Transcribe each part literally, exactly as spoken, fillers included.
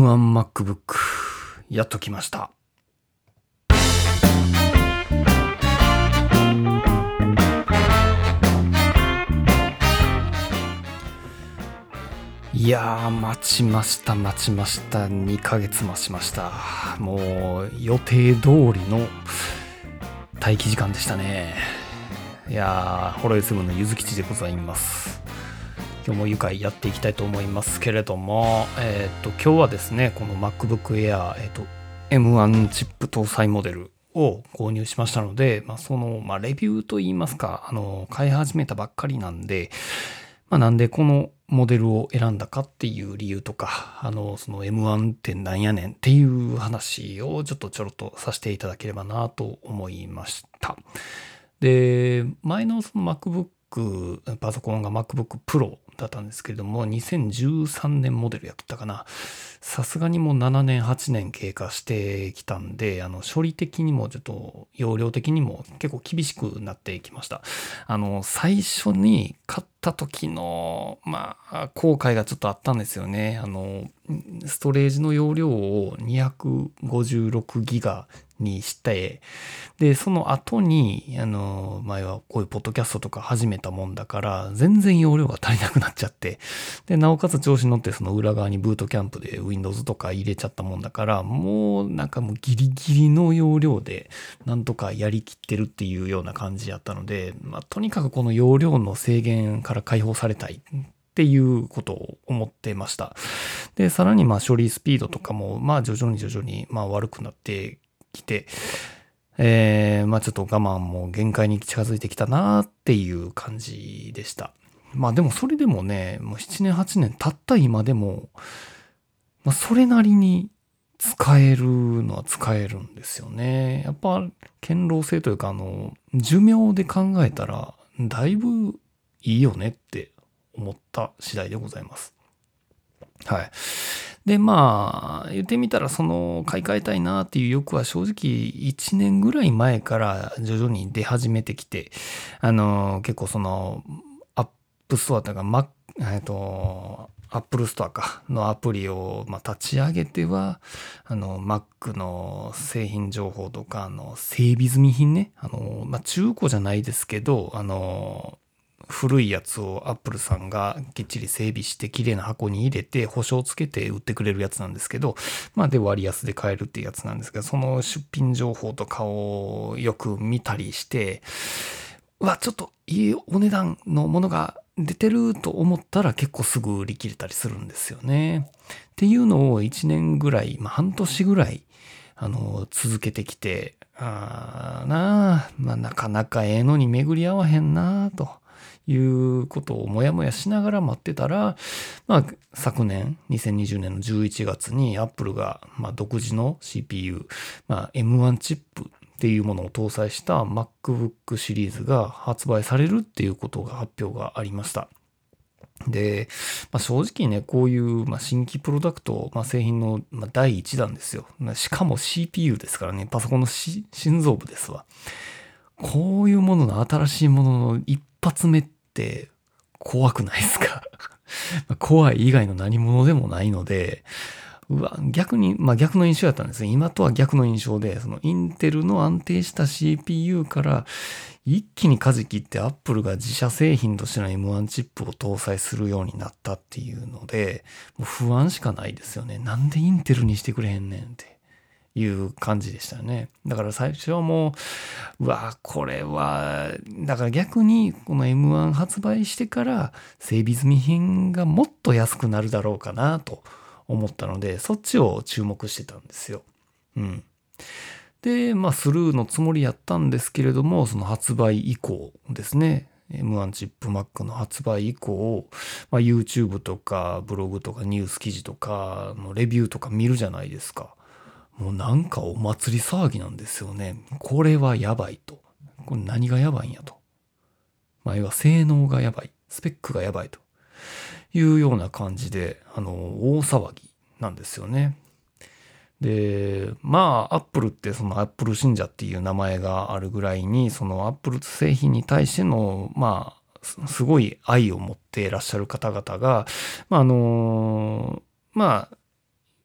エムワンマックブック やっと来ました。いやー待ちました待ちましたにかげつ待ちました。もう予定通りの待機時間でしたね。いやーホロエスムのゆずきちでございます。今日も愉快やっていきたいと思いますけれども、えっと今日はですね、この MacBook Air、えっと エムワン チップ搭載モデルを購入しましたので、まあ、その、まあ、レビューといいますか、あの買い始めたばっかりなんで、まあ、なんでこのモデルを選んだかっていう理由とか、あのその エムワン ってなんやねんっていう話をちょっとちょろっとさせていただければなと思いました。で、前のその MacBookパソコンが MacBook Pro だったんですけれども、にせんじゅうさんねんモデルやったかな。さすがにもうななねんはちねん経過してきたんで、あの処理的にもちょっと容量的にも結構厳しくなってきました。あの最初に買った時のまあ後悔がちょっとあったんですよね。あのストレージの容量をにひゃくごじゅうろくギガにして、でその後にあの前はこういうポッドキャストとか始めたもんだから全然容量が足りなくなっちゃって、でなおかつ調子乗ってその裏側にブートキャンプで Windows とか入れちゃったもんだから、もうなんかもうギリギリの容量でなんとかやりきってるっていうような感じやったので、まあ、とにかくこの容量の制限から解放されたいっていうことを思ってました。でさらにまあ処理スピードとかもまあ徐々に徐々にまあ悪くなってきて、えー、まあちょっと我慢も限界に近づいてきたなっていう感じでした。まあでもそれでもね、もうななねんはちねん経った今でも、まあそれなりに使えるのは使えるんですよね。やっぱ堅牢性というか、あの寿命で考えたらだいぶいいよねって思った次第でございます。はい。で、まあ、言ってみたら、その、買い替えたいなっていう欲は正直いちねんぐらい前から徐々に出始めてきて、あの、結構その、アップストアとか、Mac、えっと、Apple Store かのアプリを、まあ、立ち上げては、あの、Mac の製品情報とか、あの、整備済み品ね、あの、まあ、中古じゃないですけど、あの、古いやつをアップルさんがきっちり整備して綺麗な箱に入れて保証つけて売ってくれるやつなんですけど、まあで割安で買えるっていうやつなんですけど、その出品情報とかをよく見たりして、うわ、ちょっといいお値段のものが出てると思ったら結構すぐ売り切れたりするんですよね。っていうのをいちねんぐらい、まあ半年ぐらい、あの、続けてきて、あーなあ、まあなかなかええのに巡り合わへんなあと。いうことをもやもやしながら待ってたら、まあ、昨年にせんにじゅうねんのじゅういちがつにアップルが、まあ、独自の シーピーユー、まあ、エムワン チップっていうものを搭載した MacBook シリーズが発売されるっていうことが発表がありました。で、まあ、正直ね、こういう、まあ、新規プロダクト、まあ、製品の、まあ、第一弾ですよ。しかも シーピーユー ですからね、パソコンの心臓部ですわ。こういうものの新しいものの一発目って怖くないですか？怖い以外の何者でもないので、うわ、逆に、まあ逆の印象だったんですね。今とは逆の印象で、そのインテルの安定した シーピーユー から一気に舵切ってアップルが自社製品としての エムワン チップを搭載するようになったっていうので、もう不安しかないですよね。なんでインテルにしてくれへんねんっていう感じでしたね。だから最初はもう、うわ、これは、だから逆にこの エムワン 発売してから整備済み品がもっと安くなるだろうかなと思ったので、そっちを注目してたんですよ。うん。で、まあスルーのつもりやったんですけれども、その発売以降ですね。エムワン チップ Mac の発売以降、まあ、YouTube とかブログとかニュース記事とかのレビューとか見るじゃないですか。もうなんかお祭り騒ぎなんですよね。これはやばいと。これ何がやばいんやと。まあ、要は性能がやばい。スペックがやばいというような感じで、あの、大騒ぎなんですよね。で、まあ、アップルってそのアップル信者っていう名前があるぐらいに、そのアップル製品に対しての、まあ、すごい愛を持っていらっしゃる方々が、まあ、あの、まあ、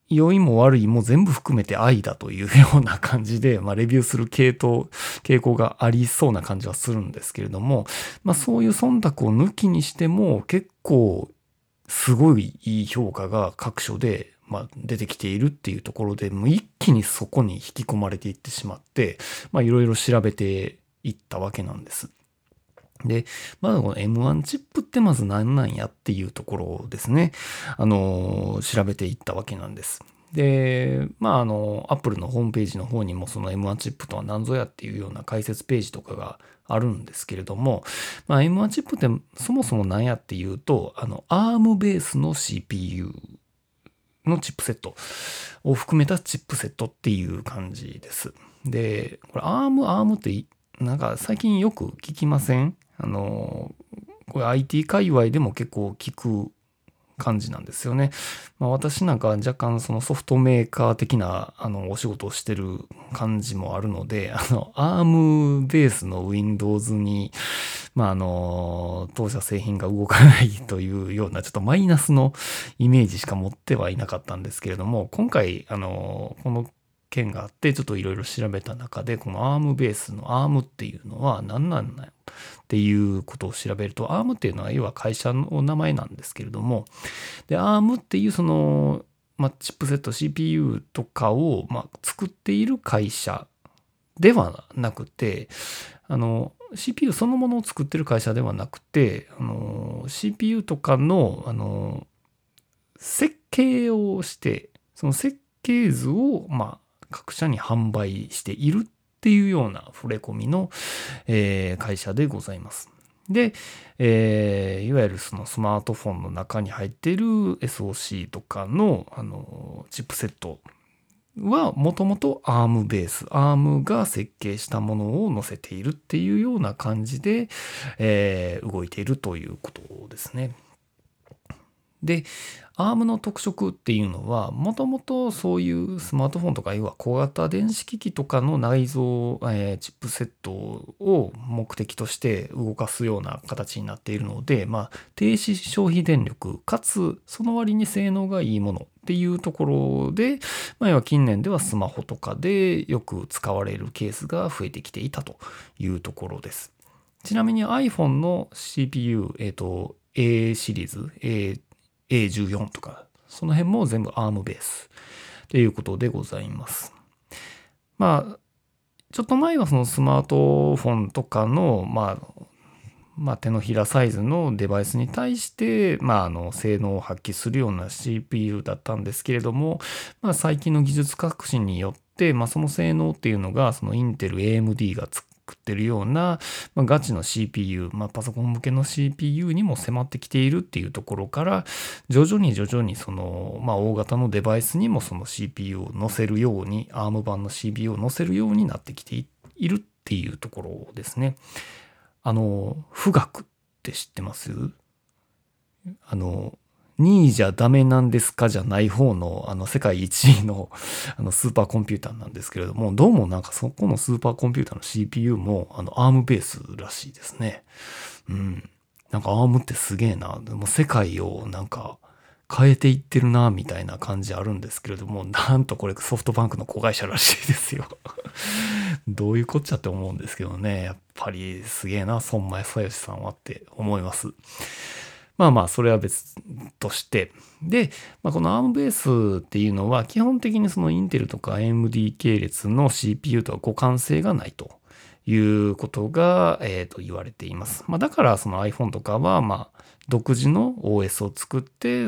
良いも悪いも全部含めて愛だというような感じで、まあ、レビューする系統、傾向がありそうな感じはするんですけれども、まあ、そういう忖度を抜きにしても結構すごいいい評価が各所で、まあ、出てきているっていうところで、もう一気にそこに引き込まれていってしまって、まあ、いろいろ調べていったわけなんです。で、まずこの エムワン チップってまず何なんやっていうところですね。あの、調べていったわけなんです。で、まああの、Apple のホームページの方にもその エムワン チップとは何ぞやっていうような解説ページとかがあるんですけれども、まあ エムワン チップってそもそも何やっていうと、あの、アーム ベースの シーピーユー のチップセットを含めたチップセットっていう感じです。で、これ アーム、アームってなんか最近よく聞きません？あの、これ アイティー 界隈でも結構聞く感じなんですよね。まあ、私なんか若干そのソフトメーカー的なあのお仕事をしてる感じもあるので、あの アーム ベースの Windows に、まああの、当社製品が動かないというようなちょっとマイナスのイメージしか持ってはいなかったんですけれども、今回あの、この件があってちょっといろいろ調べた中で、この アーム ベースの アーム っていうのは何なんだよっていうことを調べると、アーム っていうのは要は会社の名前なんですけれども、で アーム っていうその、まあ、チップセット シーピーユー とかを、まあ、作っている会社ではなくて、あの シーピーユー そのものを作ってる会社ではなくて、あの シーピーユー とかのあの設計をして、その設計図をまあ各社に販売しているっていうような触れ込みの、えー会社でございます。で、えーいわゆるそのスマートフォンの中に入っている エスオーシー とかの、あのチップセットはもともと アーム ベース、アーム が設計したものを載せているっていうような感じで、えー動いているということですね。で、アーム の特色っていうのは、もともとそういうスマートフォンとか、要は小型電子機器とかの内蔵、えーチップセットを目的として動かすような形になっているので、まあ、低消費電力、かつその割に性能がいいものっていうところで、まあ、要は近年ではスマホとかでよく使われるケースが増えてきていたというところです。ちなみに iPhone の シーピーユー、えっと、A シリーズ、Aエーじゅうよん とか、その辺も全部 アーム ベースということでございます。まあ、ちょっと前はそのスマートフォンとかの、まあ、まあ、手のひらサイズのデバイスに対して、まあ、あの性能を発揮するような シーピーユー だったんですけれども、まあ、最近の技術革新によって、まあ、その性能っていうのがそのインテル エーエムディー が作ってるような、まあ、ガチの シーピーユー、まあ、パソコン向けの シーピーユー にも迫ってきているっていうところから徐々に徐々にその、まあ、大型のデバイスにもその シーピーユー を載せるように アーム 版の シーピーユー を載せるようになってきているっていうところですね。あの、富岳って知ってます？あの、にいじゃダメなんですかじゃない方の、あの、世界いちいの、あの、スーパーコンピューターなんですけれども、どうもなんかそこのスーパーコンピューターの シーピーユー も、あの、アーム ベースらしいですね。うん。なんかアームってすげえな。でも世界をなんか変えていってるな、みたいな感じあるんですけれども、なんとこれソフトバンクの子会社らしいですよ。どういうこっちゃって思うんですけどね。やっぱりすげえな、孫前久義さんはって思います。まあまあ、それは別として。で、まあ、この アーム ベースっていうのは、基本的にそのインテルとか エーエムディー 系列の シーピーユー とは互換性がないということが、えー、と言われています。まあ、だからその iPhone とかは、まあ、独自の オーエス を作って、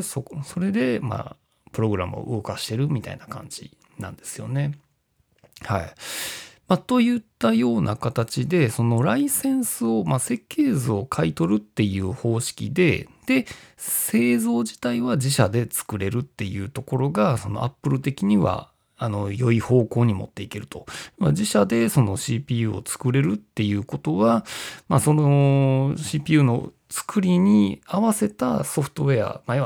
そ、それで、まあ、プログラムを動かしてるみたいな感じなんですよね。はい。まあ、といったような形で、そのライセンスを、まあ、設計図を買い取るっていう方式で、で、製造自体は自社で作れるっていうところが、その Apple 的には、あの、良い方向に持っていけると。まあ、自社でその シーピーユー を作れるっていうことは、まあ、その シーピーユー の作りに合わせたソフトウェア、まあ、要は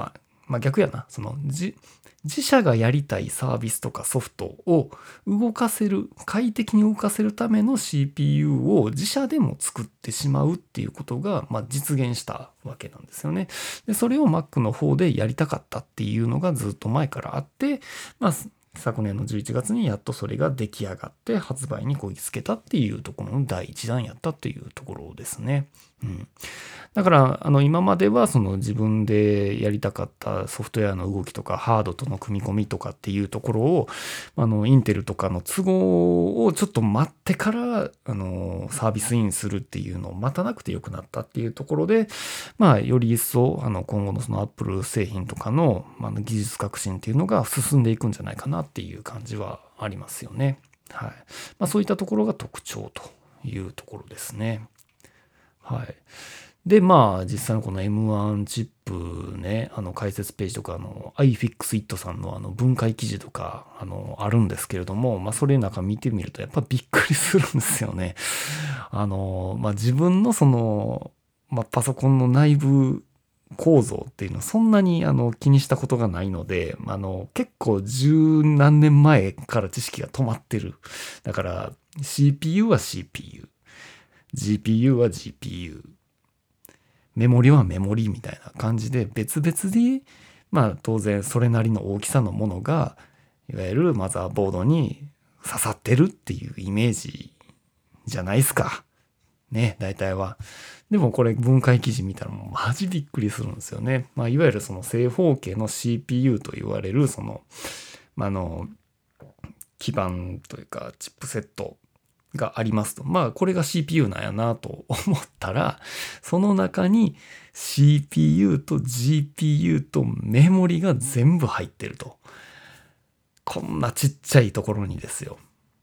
まあ逆やな、その自、自社がやりたいサービスとかソフトを動かせる、快適に動かせるための シーピーユー を自社でも作ってしまうっていうことが、まあ、実現したわけなんですよね。で、それを Mac の方でやりたかったっていうのがずっと前からあって、まあ、昨年のじゅういちがつにやっとそれが出来上がって発売にこぎつけたっていうところの第一弾やったっていうところですね。うん。だから、あの、今まではその自分でやりたかったソフトウェアの動きとか、ハードとの組み込みとかっていうところを、あの、インテルとかの都合をちょっと待ってから、あの、サービスインするっていうのを待たなくてよくなったっていうところで、まあ、より一層、あの、今後のその Apple 製品とかの、まあ、技術革新っていうのが進んでいくんじゃないかなっていう感じはありますよね。はい。まあ、そういったところが特徴というところですね。はい。で、まあ、実際のこの エムワン チップね、あの解説ページとか、あの、iFixit さんのあの分解記事とか、あの、あるんですけれども、まあ、それなんか見てみると、やっぱびっくりするんですよね。あの、まあ、自分のその、まあ、パソコンの内部構造っていうのはそんなにあの気にしたことがないので、あの、結構十何年前から知識が止まってる。だから、シーピーユー は シーピーユー、ジーピーユー は ジーピーユー、メモリはメモリみたいな感じで別々で、まあ当然それなりの大きさのものが、いわゆるマザーボードに刺さってるっていうイメージじゃないですか。ね、大体は。でもこれ分解記事見たらもうマジびっくりするんですよね。まあいわゆるその正方形の シーピーユー と言われるその、まあ、あの、基板というかチップセットがありますと。まあこれが シーピーユー なんやなと思ったら、その中に シーピーユー と ジーピーユー とメモリが全部入ってると。こんなちっちゃいところにですよ。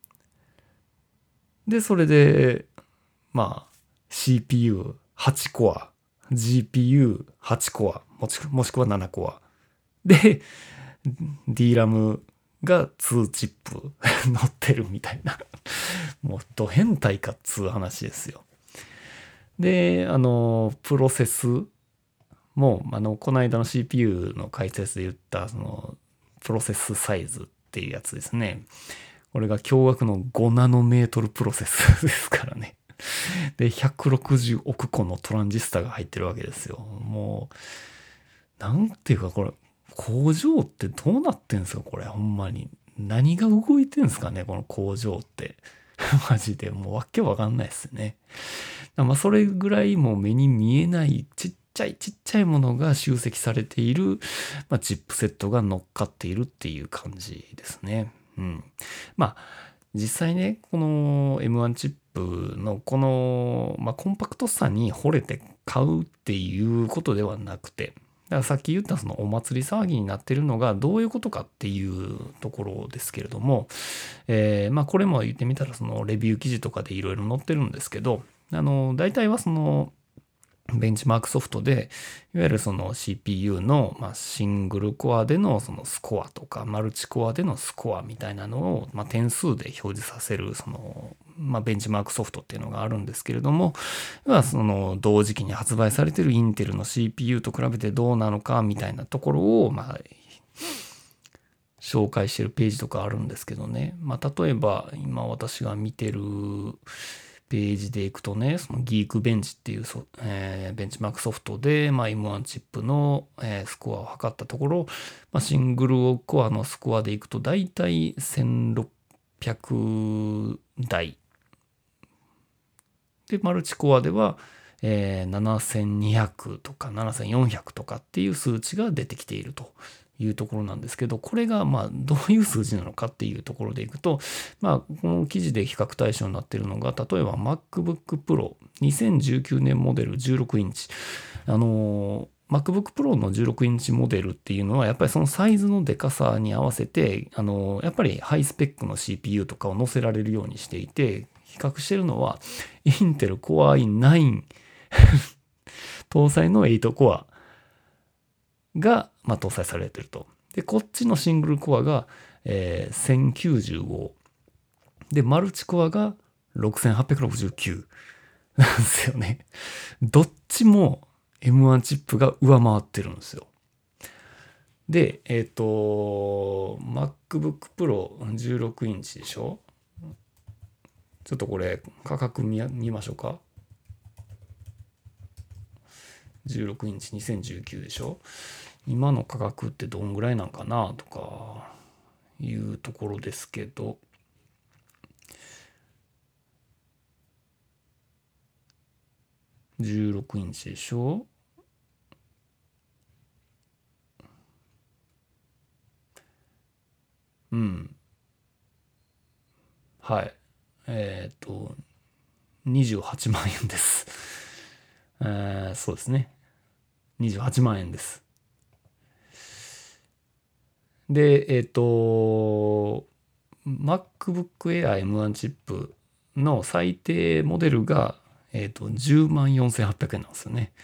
で、それで、まあ シーピーユーはち コア、ジーピーユーはち コア、もしくもしくはななコア。で、ディーラム がにチップ乗ってるみたいな。もうド変態かっつう話ですよ。で、あの、プロセスも、あの、この間の シーピーユー の解説で言った、その、プロセスサイズっていうやつですね。これが驚愕のごナノメートルプロセスですからね。で、ひゃくろくじゅうおくこのトランジスタが入ってるわけですよ。もう、なんていうかこれ、工場ってどうなってんすかこれ、ほんまに。何が動いてんすかねこの工場って。マジでもうわけわかんないですね。まあそれぐらいもう目に見えないちっちゃいちっちゃいものが集積されている、まあ、チップセットが乗っかっているっていう感じですね。うん。まあ実際ね、この エムワン チップのこの、まあ、コンパクトさに惚れて買うっていうことではなくて、だからさっき言ったそのお祭り騒ぎになってるのがどういうことかっていうところですけれども、えー、まあこれも言ってみたらそのレビュー記事とかでいろいろ載ってるんですけど、あの大体はそのベンチマークソフトでいわゆるその シーピーユー のまあシングルコアでのそのスコアとかマルチコアでのスコアみたいなのをまあ点数で表示させるそのまあベンチマークソフトっていうのがあるんですけれども、その同時期に発売されているインテルの シーピーユー と比べてどうなのかみたいなところをまあ紹介してるページとかあるんですけどね。まあ例えば今私が見てるページでいくとね、そのギークベンチっていう、えー、ベンチマークソフトで、まあ、エムワン チップの、えー、スコアを測ったところ、まあ、シングルコアのスコアでいくとだいたいせんろっぴゃくだいで、マルチコアでは、えー、ななせんにひゃくとかななせんよんひゃくとかっていう数値が出てきているというところなんですけど、これがまあどういう数字なのかっていうところでいくと、まあこの記事で比較対象になっているのが、例えば MacBook Pro にせんじゅうきゅうねんモデルじゅうろくインチ。あのー、MacBook Pro のじゅうろくインチモデルっていうのはやっぱりそのサイズのでかさに合わせて、あのー、やっぱりハイスペックの シーピーユー とかを載せられるようにしていて、比較しているのはインテル Core アイナイン 搭載のはちコアが、まあ、搭載されてると。で、こっちのシングルコアが、えー、せんきゅうじゅうご。で、マルチコアがろくせんはっぴゃくろくじゅうきゅうなんですよね。どっちも エムワン チップが上回ってるんですよ。 で、えっと、MacBook Pro じゅうろくインチでしょ。ちょっとこれ価格見、見ましょうか。じゅうろくインチにせんじゅうきゅうでしょ。今の価格ってどんぐらいなんかなとかいうところですけど、じゅうろくインチでしょ。うん。はい。えっと、にじゅうはちまん円です。えー、そうですね。にじゅうはちまん円です。で、えっと、MacBook Air エムワン チップの最低モデルが、えっと、じゅうまんよんせんはっぴゃくえんなんですよね。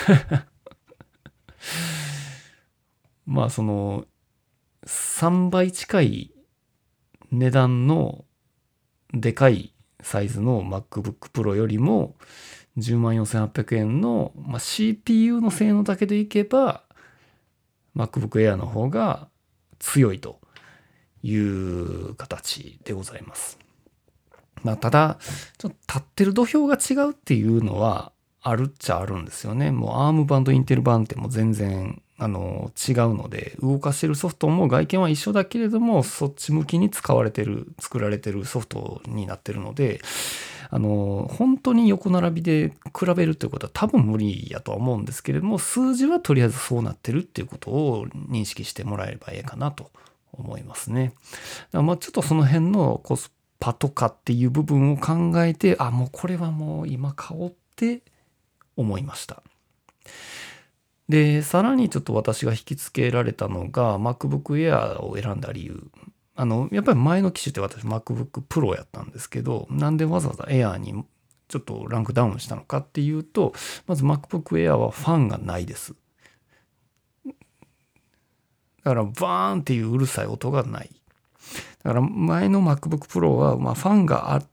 まあ、その、さんばい近い値段のでかいサイズの MacBook Pro よりもじゅうまんよんせんはっぴゃくえんの、まあ、シーピーユー の性能だけでいけば MacBook Air の方が強いという形でございます。まあ、ただ、ちょっと立ってる土俵が違うっていうのはあるっちゃあるんですよね。もう アーム 版とインテル版ってもう全然あの違うので、動かしてるソフトも外見は一緒だけれども、そっち向きに使われてる、作られてるソフトになってるので、あの、本当に横並びで比べるということは多分無理やとは思うんですけれども、数字はとりあえずそうなってるっていうことを認識してもらえればいいかなと思いますね。だからまあちょっとその辺のコスパとかっていう部分を考えて、あ、もうこれはもう今買おうって思いました。で、さらにちょっと私が引きつけられたのが MacBook Air を選んだ理由。あの、やっぱり前の機種って私 MacBook Pro やったんですけど、なんでわざわざ Air にちょっとランクダウンしたのかっていうと、まず MacBook Air はファンがないです。だからバーンっていううるさい音がない。だから前の MacBook Pro はまあファンがあって、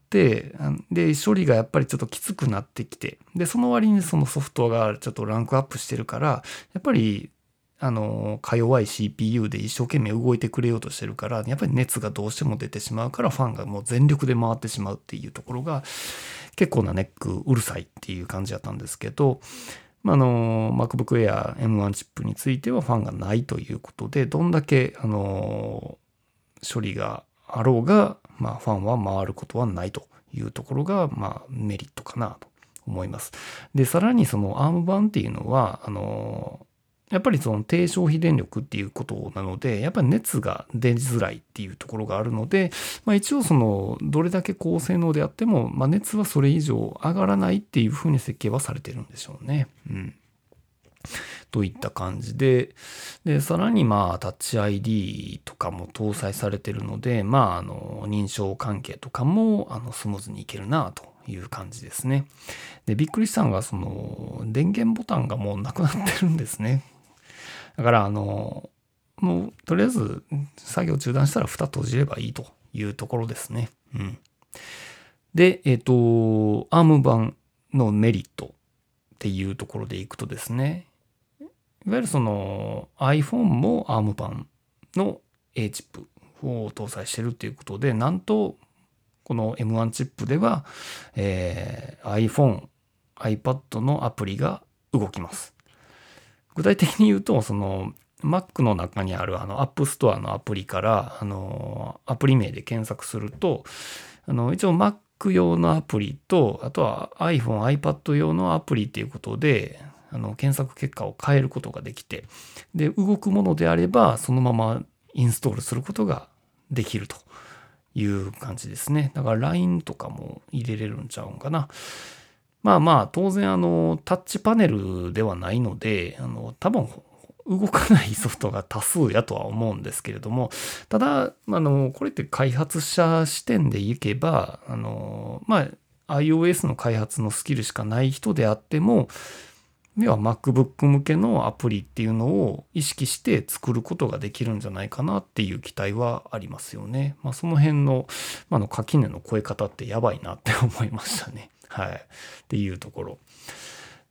で、処理がやっぱりちょっときつくなってきて、で、その割にそのソフトがちょっとランクアップしてるから、やっぱり、あの、か弱い シーピーユー で一生懸命動いてくれようとしてるから、やっぱり熱がどうしても出てしまうから、ファンがもう全力で回ってしまうっていうところが、結構なネックうるさいっていう感じだったんですけど、まあ、あの、MacBook Air エムワン チップについてはファンがないということで、どんだけ、あの、処理があろうが、まあ、ファンは回ることはないというところが、まあ、メリットかなと思います。で、さらにその アーム 版っていうのは、あの、やっぱりその低消費電力っていうことなので、やっぱり熱が出づらいっていうところがあるので、まあ一応その、どれだけ高性能であっても、まあ熱はそれ以上上がらないっていうふうに設計はされてるんでしょうね。うん。といった感じで、で、さらにまあ、タッチ アイディー とかも搭載されてるので、まあ、あの、認証関係とかも、あの、スムーズにいけるなという感じですね。で、びっくりしたのが、その、電源ボタンがもうなくなってるんですね。だから、あの、もう、とりあえず、作業中断したら蓋閉じればいいというところですね。うん。で、えっと、アーム 版のメリットっていうところでいくとですね、いわゆるその iPhone も アーム 版の A チップを搭載してるっていうことで、なんとこの エムワン チップでは、えー、iPhone、iPad のアプリが動きます。具体的に言うと、その Mac の中にあるあの App Store のアプリからあのアプリ名で検索すると、あの一応 Mac 用のアプリと、あとは iPhone、iPad 用のアプリっていうことで、あの検索結果を変えることができて、で、動くものであれば、そのままインストールすることができるという感じですね。だから ライン とかも入れれるんちゃうんかな。まあまあ、当然あの、タッチパネルではないので、あの、多分動かないソフトが多数やとは思うんですけれども、ただ、あの、これって開発者視点でいけば、あの、まあ、iOS の開発のスキルしかない人であっても、要は MacBook 向けのアプリっていうのを意識して作ることができるんじゃないかなっていう期待はありますよね。まあ、その辺の、まあ、の垣根の越え方ってやばいなって思いましたね。はい。っていうところ。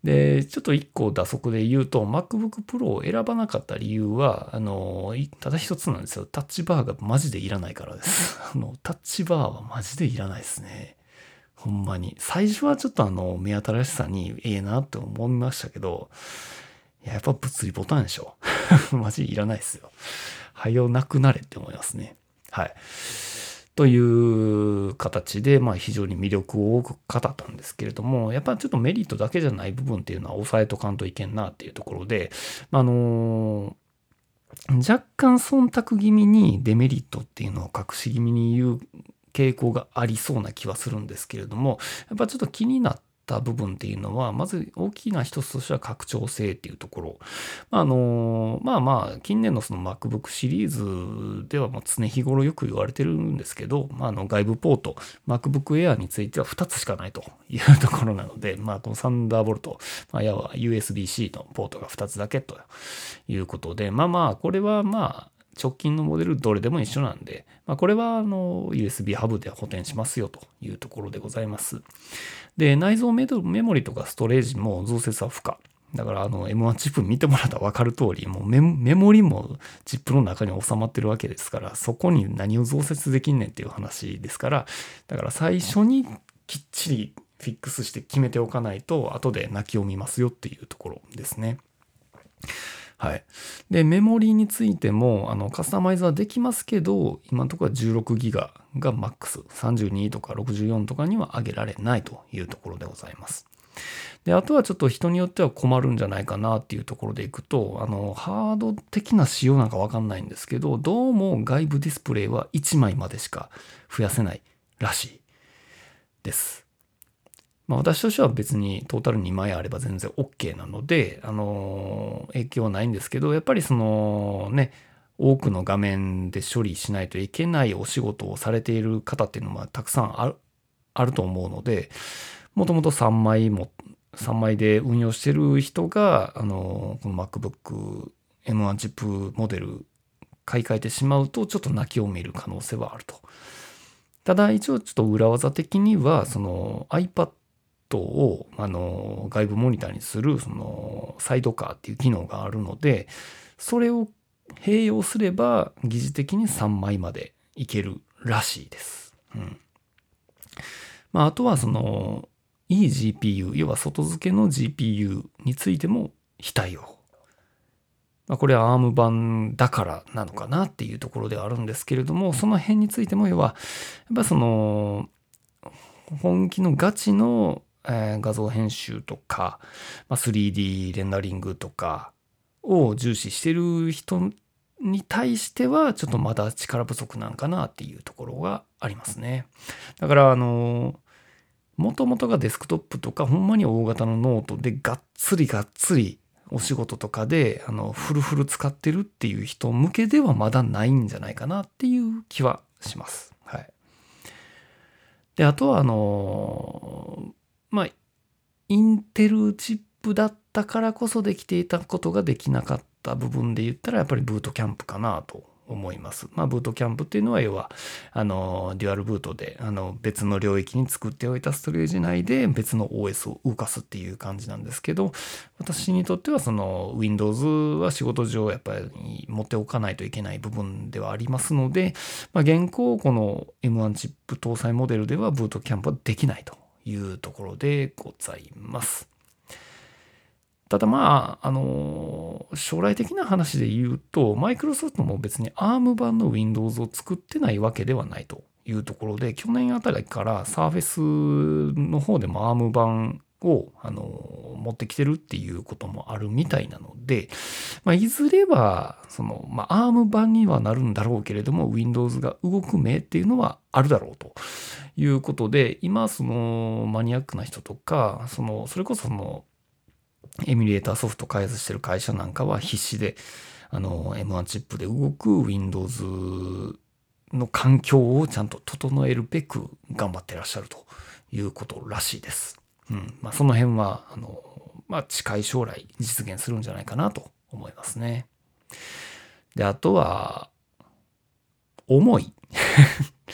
で、ちょっと一個打足で言うと、MacBook Pro を選ばなかった理由は、あの、ただ一つなんですよ。タッチバーがマジでいらないからです。あの、タッチバーはマジでいらないですね。ほんまに。最初はちょっとあの、目新しさにええなって思いましたけど、いや、やっぱ物理ボタンでしょ。マジいらないですよ。はよなくなれって思いますね。はい。という形で、まあ非常に魅力を多く語ったんですけれども、やっぱちょっとメリットだけじゃない部分っていうのは抑えとかんといけんなっていうところで、あのー、若干忖度気味にデメリットっていうのを隠し気味に言う傾向がありそうな気はするんですけれども、やっぱちょっと気になった部分っていうのは、まず大きな一つとしては拡張性っていうところ。まあ、あの、まあまあ、近年のその MacBook シリーズではもう常日頃よく言われてるんですけど、まあ、あの外部ポート、MacBook Air についてはふたつしかないというところなので、まあ、このサンダーボルト、まあ、やは ユーエスビー-C のポートがふたつだけということで、まあまあ、これはまあ、直近のモデルどれでも一緒なんで、まあ、これはあの ユーエスビー ハブで補填しますよというところでございます。で、内蔵メモリとかストレージも増設は不可。だからあの エムワン チップ見てもらったら分かる通り、もうメメモリもチップの中に収まってるわけですから、そこに何を増設できんねんっていう話ですから、だから最初にきっちりフィックスして決めておかないと、後で泣きを見ますよっていうところですね。はい。で、メモリについても、あの、カスタマイズはできますけど、今のところはじゅうろくギガがマックス、さんじゅうにとかろくじゅうよんとかには上げられないというところでございます。で、あとはちょっと人によっては困るんじゃないかなっていうところでいくと、あの、ハード的な仕様なんかわかんないんですけど、どうも外部ディスプレイはいちまいまでしか増やせないらしいです。まあ私としては別にトータルにまいあれば全然 OK なので、あのー影響はないんですけど、やっぱりそのね、多くの画面で処理しないといけないお仕事をされている方っていうのはたくさんある、あると思うので、もともとさんまいも、さんまいで運用してる人が、あのーこの MacBook エムワン チップモデル買い替えてしまうと、ちょっと泣きを見る可能性はあると。ただ一応ちょっと裏技的には、その iPad をあの外部モニターにするそのサイドカーっていう機能があるので、それを併用すれば疑似的にさんまいまでいけるらしいです。うん。まあ、あとはそのいい ジーピーユー、要は外付けの ジーピーユー についても非対応。まあ、これは アーム 版だからなのかなっていうところではあるんですけれども、その辺についても要は、やっぱその本気のガチのえー画像編集とか、まあ、スリーディー レンダリングとかを重視してる人に対してはちょっとまだ力不足なんかなっていうところがありますね。だからあのもともとがデスクトップとかほんまに大型のノートでがっつりがっつりお仕事とかであのフルフル使ってるっていう人向けではまだないんじゃないかなっていう気はします。はい。で、あとはあのまあインテルチップだったからこそできていたことができなかった部分で言ったらやっぱりブートキャンプかなと思います。まあブートキャンプっていうのは要はあのデュアルブートであの別の領域に作っておいたストレージ内で別の オーエス を動かすっていう感じなんですけど、私にとってはその Windows は仕事上やっぱり持っておかないといけない部分ではありますので、まあ、現行この エムワン チップ搭載モデルではブートキャンプはできないというところでございます。ただまあ、あの、将来的な話で言うと、マイクロソフトも別に アーム 版の Windows を作ってないわけではないというところで、去年あたりから Surface の方でも アーム 版を、あの、持ってきてるっていうこともあるみたいなので、まあ、いずれは、その、まあ、アーム 版にはなるんだろうけれども、Windows が動く目っていうのはあるだろうということで、今、その、マニアックな人とか、その、それこそその、エミュレーターソフト開発してる会社なんかは必死で、あの、エムワン チップで動く Windows の環境をちゃんと整えるべく頑張ってらっしゃるということらしいです。うん。まあ、その辺は、あの、まあ、近い将来実現するんじゃないかなと思いますね。で、あとは、重い。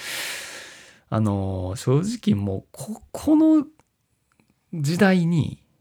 あの、正直もう、こ、この時代に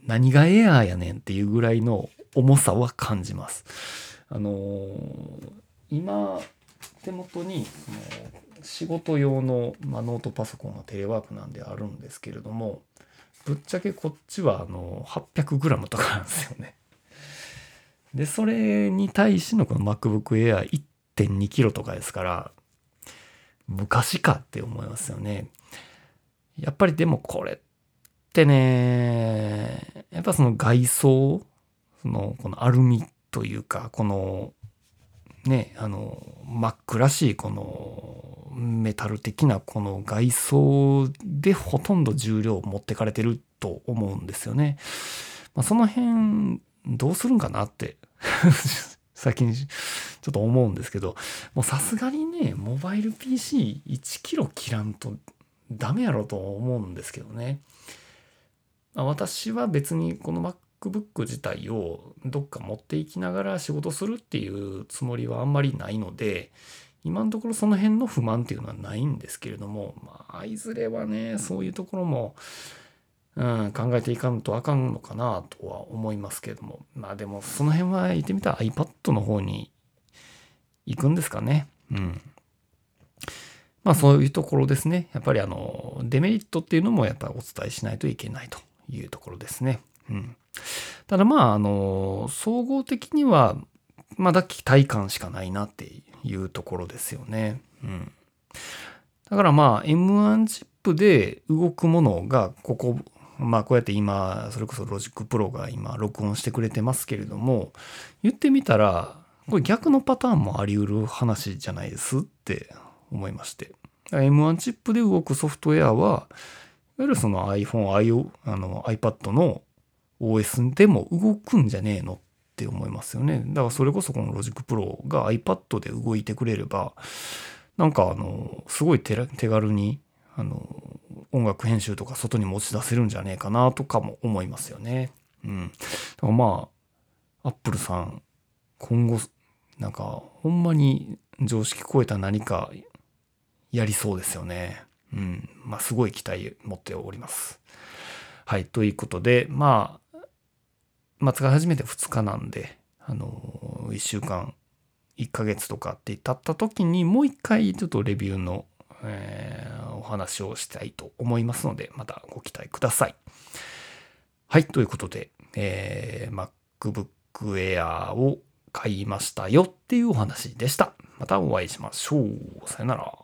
何がエアーやねんっていうぐらいの重さは感じます。あのー、今手元にその仕事用の、まあ、ノートパソコンがテレワークなんであるんですけれども、ぶっちゃけこっちはあの はっぴゃくグラム とかなんですよね。でそれに対してのこの MacBook Air いってんにキロとかですから、昔かって思いますよね。やっぱりでもこれってね、やっぱその外装、そのこのアルミというか、このね、あの真っ暗しいこのメタル的なこの外装でほとんど重量を持ってかれてると思うんですよね。まあ、その辺どうするんかなって先にちょっと思うんですけど、もうさすがにね、モバイル ピーシーいちキロ切らんとダメやろと思うんですけどね。私は別にこの MacBook 自体をどっか持っていきながら仕事するっていうつもりはあんまりないので、今のところその辺の不満っていうのはないんですけれども、まあ、いずれはね、そういうところも、うん、考えていかんとあかんのかなとは思いますけれども、まあでもその辺は言ってみたら iPad の方に行くんですかね。うん。まあそういうところですね。やっぱりあの、デメリットっていうのもやっぱりお伝えしないといけないというところですね。うん。ただまあ、あの、総合的には、まだ期待感しかないなっていうところですよね。うん。だからまあ、エムワン チップで動くものが、ここ、まあこうやって今、それこそ Logic Pro が今録音してくれてますけれども、言ってみたら、これ逆のパターンもあり得る話じゃないですって思いまして。エムワン チップで動くソフトウェアは、いわゆるその iPhone、iO、あの iPad の オーエス でも動くんじゃねえのって思いますよね。だからそれこそこの Logic Pro が iPad で動いてくれれば、なんかあの、すごい手手軽に、あの、音楽編集とか外に持ち出せるんじゃねえかなとかも思いますよね。うん。だからまあ、Apple さん、今後、なんか、ほんまに常識超えた何かやりそうですよね。うん。まあ、すごい期待持っております。はい。ということで、まあ、まあ、使い始めてふつかなんで、あの、いっしゅうかん、いっかげつとかって経った時にもう一回ちょっとレビューの、えー、お話をしたいと思いますので、またご期待ください。はい。ということで、えー、MacBook Air を買いましたよっていうお話でした。またお会いしましょう。さよなら。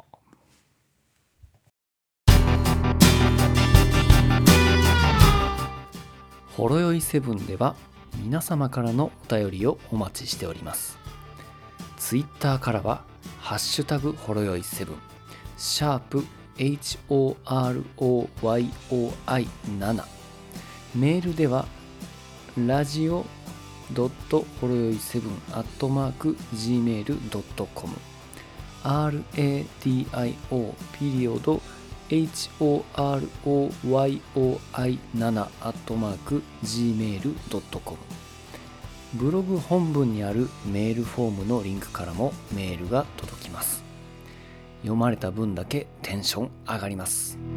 ほろよいセブンでは皆様からのお便りをお待ちしております。ツイッターからはハッシュタグほろよいセブン、シャープ エイチオーアールオーワイオーアイセブン、メールではラジオドットほろよいセブンアットマーク ジーメールドットコム ラディオピリオド ホロヨイセブン アットマーク ジーメールドットコム、 ブログ本文にあるメールフォームのリンクからもメールが届きます。読まれた分だけテンション上がります。